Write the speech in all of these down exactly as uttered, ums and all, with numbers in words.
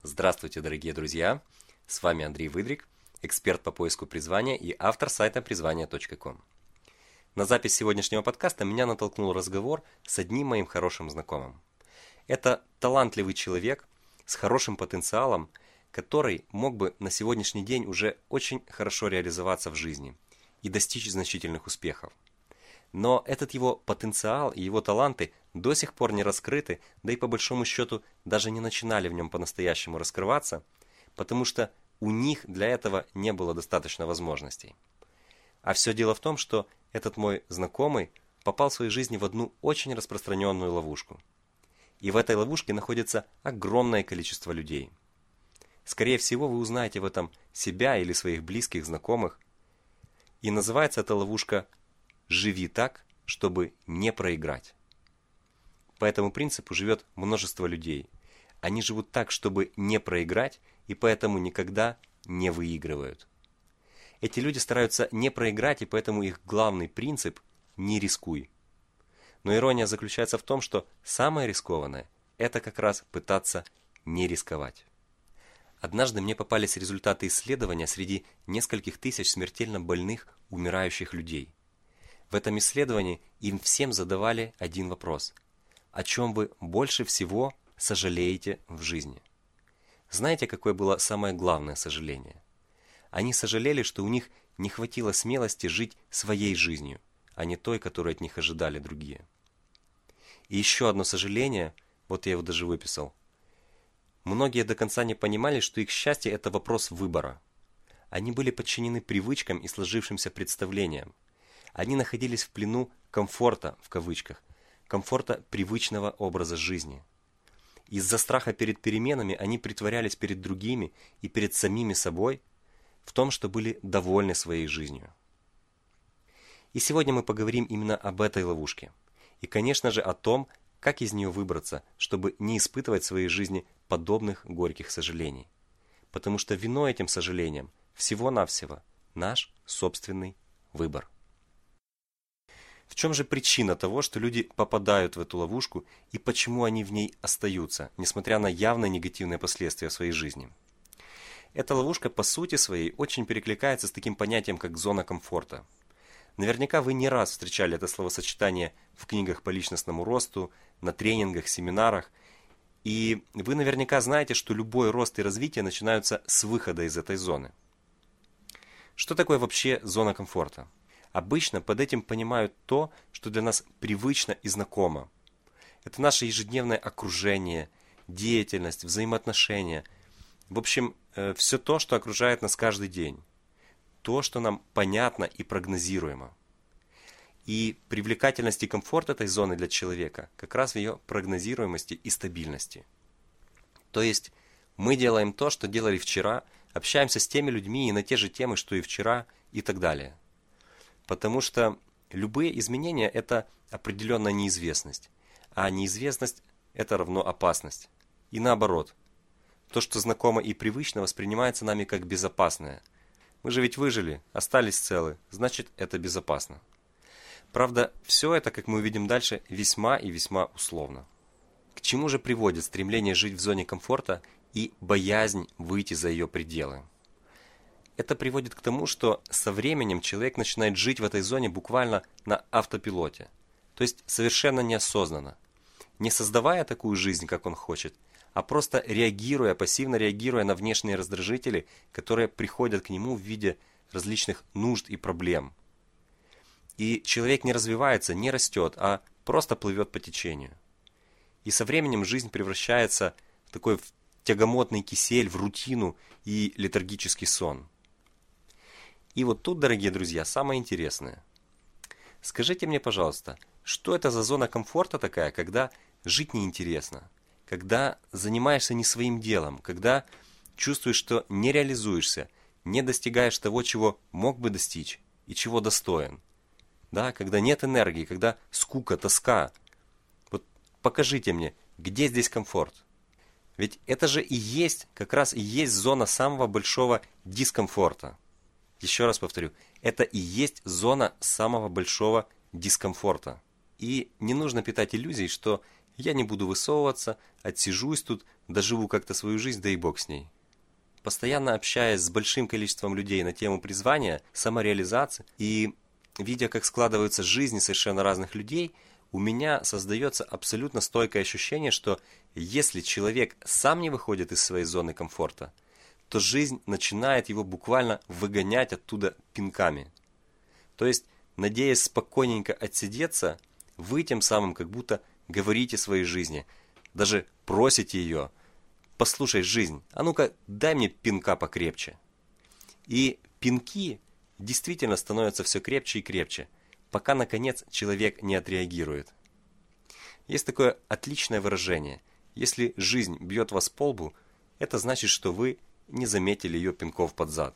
Здравствуйте, дорогие друзья! С вами Андрей Выдрик, эксперт по поиску призвания и автор сайта призвание точка ком. На запись сегодняшнего подкаста меня натолкнул разговор с одним моим хорошим знакомым. Это талантливый человек с хорошим потенциалом, который мог бы на сегодняшний день уже очень хорошо реализоваться в жизни и достичь значительных успехов. Но этот его потенциал и его таланты до сих пор не раскрыты, да и по большому счету даже не начинали в нем по-настоящему раскрываться, потому что у них для этого не было достаточно возможностей. А все дело в том, что этот мой знакомый попал в своей жизни в одну очень распространенную ловушку. И в этой ловушке находится огромное количество людей. Скорее всего, вы узнаете в этом себя или своих близких, знакомых. И называется эта ловушка «Живи так, чтобы не проиграть». По этому принципу живет множество людей. Они живут так, чтобы не проиграть, и поэтому никогда не выигрывают. Эти люди стараются не проиграть, и поэтому их главный принцип – не рискуй. Но ирония заключается в том, что самое рискованное – это как раз пытаться не рисковать. Однажды мне попались результаты исследования среди нескольких тысяч смертельно больных, умирающих людей. В этом исследовании им всем задавали один вопрос. О чем вы больше всего сожалеете в жизни? Знаете, какое было самое главное сожаление? Они сожалели, что у них не хватило смелости жить своей жизнью, а не той, которую от них ожидали другие. И еще одно сожаление, вот я его даже выписал. Многие до конца не понимали, что их счастье – это вопрос выбора. Они были подчинены привычкам и сложившимся представлениям. Они находились в плену «комфорта», в кавычках, комфорта привычного образа жизни. Из-за страха перед переменами они притворялись перед другими и перед самими собой в том, что были довольны своей жизнью. И сегодня мы поговорим именно об этой ловушке. И, конечно же, о том, как из нее выбраться, чтобы не испытывать в своей жизни подобных горьких сожалений. Потому что виной этим сожалениям всего-навсего наш собственный выбор. В чем же причина того, что люди попадают в эту ловушку и почему они в ней остаются, несмотря на явно негативные последствия в своей жизни? Эта ловушка по сути своей очень перекликается с таким понятием, как зона комфорта. Наверняка вы не раз встречали это словосочетание в книгах по личностному росту, на тренингах, семинарах. И вы наверняка знаете, что любой рост и развитие начинаются с выхода из этой зоны. Что такое вообще зона комфорта? Обычно под этим понимают то, что для нас привычно и знакомо. Это наше ежедневное окружение, деятельность, взаимоотношения. В общем, все то, что окружает нас каждый день. То, что нам понятно и прогнозируемо. И привлекательность и комфорт этой зоны для человека как раз в ее прогнозируемости и стабильности. То есть мы делаем то, что делали вчера, общаемся с теми людьми и на те же темы, что и вчера, и так далее. Потому что любые изменения – это определенная неизвестность, а неизвестность – это равно опасность. И наоборот, то, что знакомо и привычно, воспринимается нами как безопасное. Мы же ведь выжили, остались целы, значит, это безопасно. Правда, все это, как мы увидим дальше, весьма и весьма условно. К чему же приводит стремление жить в зоне комфорта и боязнь выйти за ее пределы? Это приводит к тому, что со временем человек начинает жить в этой зоне буквально на автопилоте, то есть совершенно неосознанно, не создавая такую жизнь, как он хочет, а просто реагируя, пассивно реагируя на внешние раздражители, которые приходят к нему в виде различных нужд и проблем. И человек не развивается, не растет, а просто плывет по течению. И со временем жизнь превращается в такой тягомотный кисель, в рутину и летаргический сон. И вот тут, дорогие друзья, самое интересное. Скажите мне, пожалуйста, что это за зона комфорта такая, когда жить неинтересно, когда занимаешься не своим делом, когда чувствуешь, что не реализуешься, не достигаешь того, чего мог бы достичь и чего достоин. Да, когда нет энергии, когда скука, тоска. Вот покажите мне, где здесь комфорт? Ведь это же и есть, как раз и есть зона самого большого дискомфорта. Еще раз повторю, это и есть зона самого большого дискомфорта. И не нужно питать иллюзий, что Я не буду высовываться, отсижусь тут, доживу как-то свою жизнь, да и бог с ней. Постоянно общаясь с большим количеством людей на тему призвания, самореализации и видя, как складываются жизни совершенно разных людей, у меня создается абсолютно стойкое ощущение, что если человек сам не выходит из своей зоны комфорта, то жизнь начинает его буквально выгонять оттуда пинками. То есть, надеясь спокойненько отсидеться, вы тем самым как будто говорите своей жизни, даже просите ее: послушай, жизнь, а ну-ка дай мне пинка покрепче. И пинки действительно становятся все крепче и крепче, пока наконец человек не отреагирует. Есть такое отличное выражение: если жизнь бьет вас по лбу, это значит, что вы не заметили ее пинков под зад.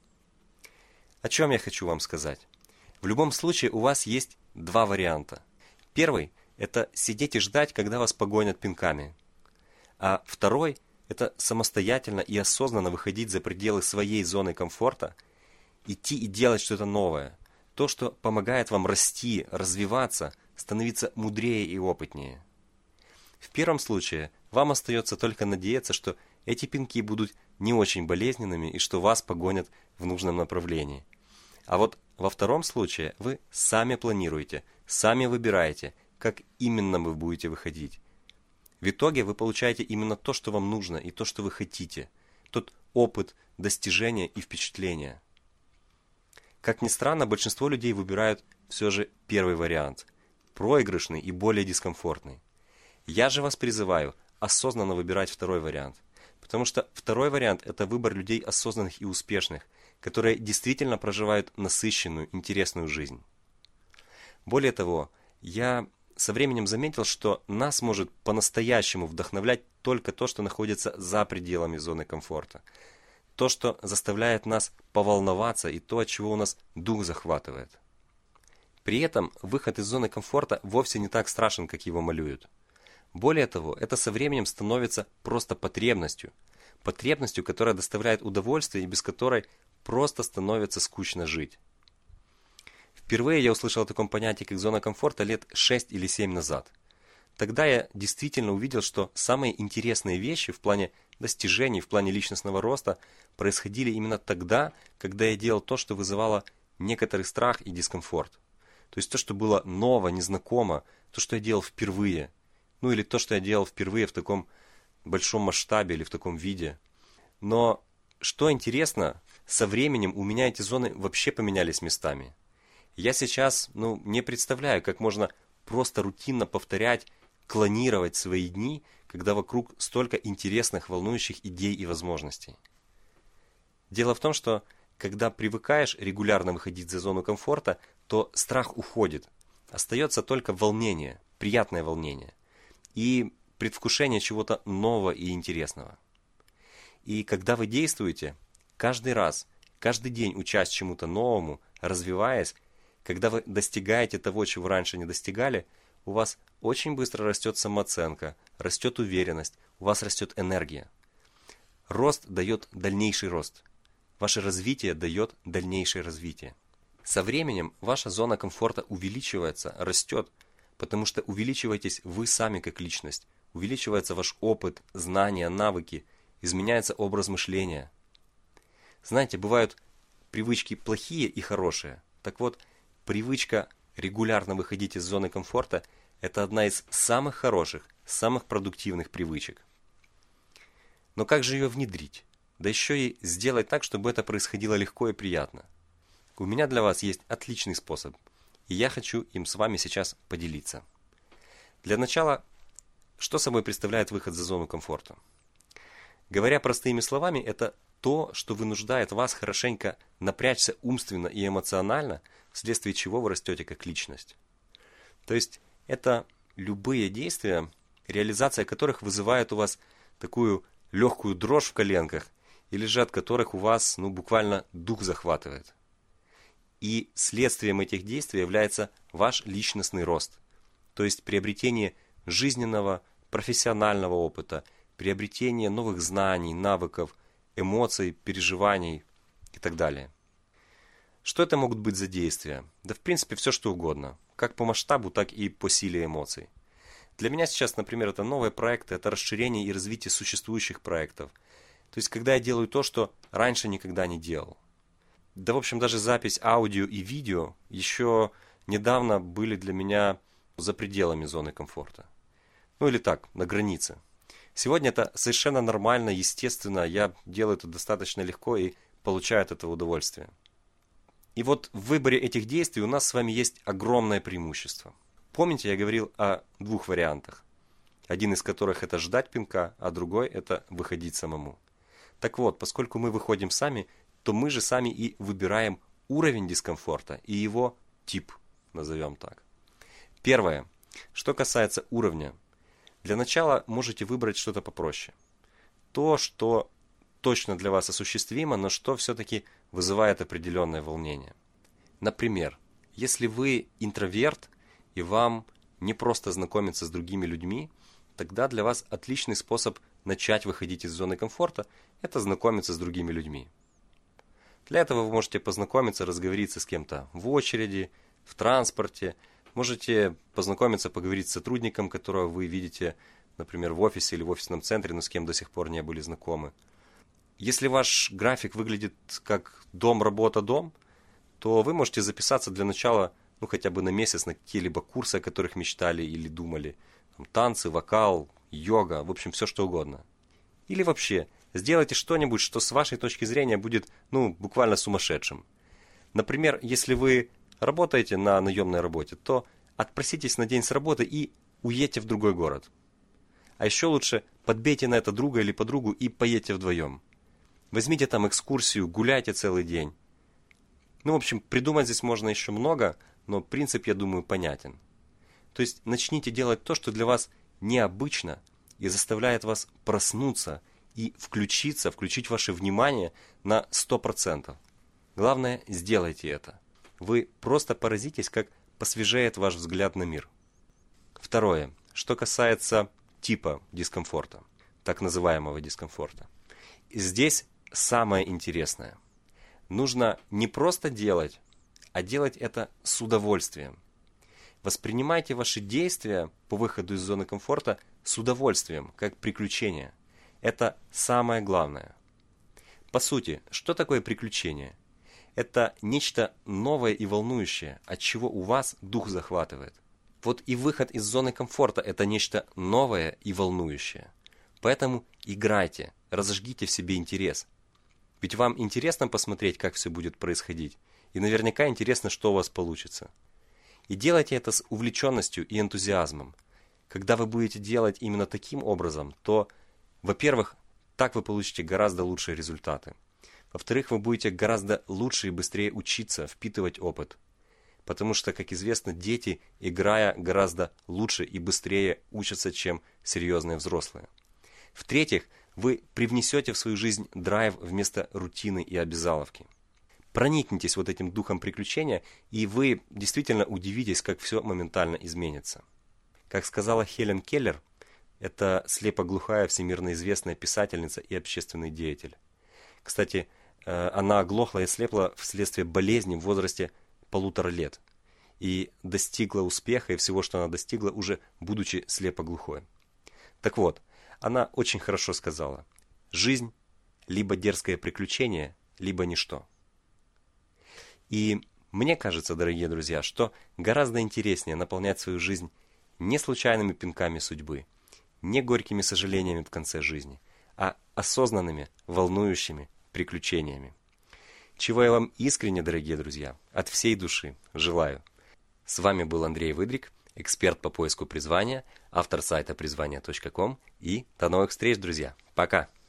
О чем я хочу вам сказать? В любом случае у вас есть два варианта. Первый – это сидеть и ждать, когда вас погонят пинками. А второй – это самостоятельно и осознанно выходить за пределы своей зоны комфорта, идти и делать что-то новое. То, что помогает вам расти, развиваться, становиться мудрее и опытнее. В первом случае вам остается только надеяться, что эти пинки будут не очень болезненными и что вас погонят в нужном направлении. А вот во втором случае вы сами планируете, сами выбираете, как именно вы будете выходить. В итоге вы получаете именно то, что вам нужно и то, что вы хотите. Тот опыт, достижения и впечатления. Как ни странно, большинство людей выбирают все же первый вариант. Проигрышный и более дискомфортный. Я же вас призываю осознанно выбирать второй вариант. Потому что второй вариант – это выбор людей осознанных и успешных, которые действительно проживают насыщенную, интересную жизнь. Более того, я со временем заметил, что нас может по-настоящему вдохновлять только то, что находится за пределами зоны комфорта. То, что заставляет нас поволноваться, и то, от чего у нас дух захватывает. При этом выход из зоны комфорта вовсе не так страшен, как его малюют. Более того, это со временем становится просто потребностью. Потребностью, которая доставляет удовольствие и без которой просто становится скучно жить. Впервые я услышал о таком понятии, как зона комфорта, лет шесть или семь назад. Тогда я действительно увидел, что самые интересные вещи в плане достижений, в плане личностного роста происходили именно тогда, когда я делал то, что вызывало некоторый страх и дискомфорт. То есть то, что было ново, незнакомо, то, что я делал впервые. Ну или то, что я делал впервые в таком большом масштабе или в таком виде. Но что интересно, со временем у меня эти зоны вообще поменялись местами. Я сейчас ну, не представляю, как можно просто рутинно повторять, клонировать свои дни, когда вокруг столько интересных, волнующих идей и возможностей. Дело в том, что когда привыкаешь регулярно выходить за зону комфорта, то страх уходит. Остается только волнение, приятное волнение. И предвкушение чего-то нового и интересного. И когда вы действуете, каждый раз, каждый день учась чему-то новому, развиваясь, когда вы достигаете того, чего раньше не достигали, у вас очень быстро растет самооценка, растет уверенность, у вас растет энергия. Рост дает дальнейший рост. Ваше развитие дает дальнейшее развитие. Со временем ваша зона комфорта увеличивается, растет, потому что увеличиваетесь вы сами как личность, увеличивается ваш опыт, знания, навыки, изменяется образ мышления. Знаете, бывают привычки плохие и хорошие. Так вот, привычка регулярно выходить из зоны комфорта – это одна из самых хороших, самых продуктивных привычек. Но как же ее внедрить? Да еще и сделать так, чтобы это происходило легко и приятно. У меня для вас есть отличный способ, и я хочу им с вами сейчас поделиться. Для начала, что собой представляет выход за зону комфорта? Говоря простыми словами, это то, что вынуждает вас хорошенько напрячься умственно и эмоционально, вследствие чего вы растете как личность. То есть, это любые действия, реализация которых вызывает у вас такую легкую дрожь в коленках, или же от которых у вас ну, буквально дух захватывает. И следствием этих действий является ваш личностный рост, то есть приобретение жизненного, профессионального опыта, приобретение новых знаний, навыков, эмоций, переживаний и так далее. Что это могут быть за действия? Да в принципе все что угодно, как по масштабу, так и по силе эмоций. Для меня сейчас, например, это новые проекты, это расширение и развитие существующих проектов. То есть, когда я делаю то, что раньше никогда не делал. Да, в общем, даже запись аудио и видео еще недавно были для меня за пределами зоны комфорта. Ну или так, на границе. Сегодня это совершенно нормально, естественно, я делаю это достаточно легко и получаю от этого удовольствие. И вот в выборе этих действий у нас с вами есть огромное преимущество. Помните, я говорил о двух вариантах. Один из которых это ждать пинка, а другой это выходить самому. Так вот, поскольку мы выходим сами, то мы же сами и выбираем уровень дискомфорта и его тип, назовем так. Первое. Что касается уровня. Для начала можете выбрать что-то попроще. То, что точно для вас осуществимо, но что все-таки вызывает определенное волнение. Например, если вы интроверт и вам не просто знакомиться с другими людьми, тогда для вас отличный способ начать выходить из зоны комфорта – это знакомиться с другими людьми. Для этого вы можете познакомиться, разговориться с кем-то в очереди, в транспорте, можете познакомиться, поговорить с сотрудником, которого вы видите, например, в офисе или в офисном центре, но с кем до сих пор не были знакомы. Если ваш график выглядит как дом-работа-дом, то вы можете записаться для начала, ну хотя бы на месяц, на какие-либо курсы, о которых мечтали или думали. Там, танцы, вокал, йога, в общем, все что угодно. Или вообще, сделайте что-нибудь, что с вашей точки зрения будет, ну, буквально сумасшедшим. Например, если вы работаете на наемной работе, то отпроситесь на день с работы и уедьте в другой город. А еще лучше подбейте на это друга или подругу и поедьте вдвоем. Возьмите там экскурсию, гуляйте целый день. Ну, в общем, придумать здесь можно еще много, но принцип, я думаю, понятен. То есть начните делать то, что для вас необычно и заставляет вас проснуться и включиться, включить ваше внимание на сто процентов. Главное, сделайте это. Вы просто поразитесь, как посвежеет ваш взгляд на мир. Второе. Что касается типа дискомфорта, так называемого дискомфорта. Здесь самое интересное. Нужно не просто делать, а делать это с удовольствием. Воспринимайте ваши действия по выходу из зоны комфорта с удовольствием, как приключение. Это самое главное. По сути, что такое приключение? Это нечто новое и волнующее, от чего у вас дух захватывает. Вот и выход из зоны комфорта – это нечто новое и волнующее. Поэтому играйте, разожгите в себе интерес. Ведь вам интересно посмотреть, как все будет происходить. И наверняка интересно, что у вас получится. И делайте это с увлеченностью и энтузиазмом. Когда вы будете делать именно таким образом, то, во-первых, так вы получите гораздо лучшие результаты. Во-вторых, вы будете гораздо лучше и быстрее учиться, впитывать опыт. Потому что, как известно, дети, играя, гораздо лучше и быстрее учатся, чем серьезные взрослые. В-третьих, вы привнесете в свою жизнь драйв вместо рутины и обязаловки. Проникнитесь вот этим духом приключения, и вы действительно удивитесь, как все моментально изменится. Как сказала Хелен Келлер, это слепоглухая всемирно известная писательница и общественный деятель. Кстати, она оглохла и слепла вследствие болезни в возрасте полутора лет. И достигла успеха и всего, что она достигла, уже будучи слепоглухой. Так вот, она очень хорошо сказала: жизнь либо дерзкое приключение, либо ничто. И мне кажется, дорогие друзья, что гораздо интереснее наполнять свою жизнь не случайными пинками судьбы, не горькими сожалениями в конце жизни, а осознанными, волнующими приключениями. Чего я вам искренне, дорогие друзья, от всей души желаю. С вами был Андрей Выдрик, эксперт по поиску призвания, автор сайта призвание точка ком, и до новых встреч, друзья. Пока!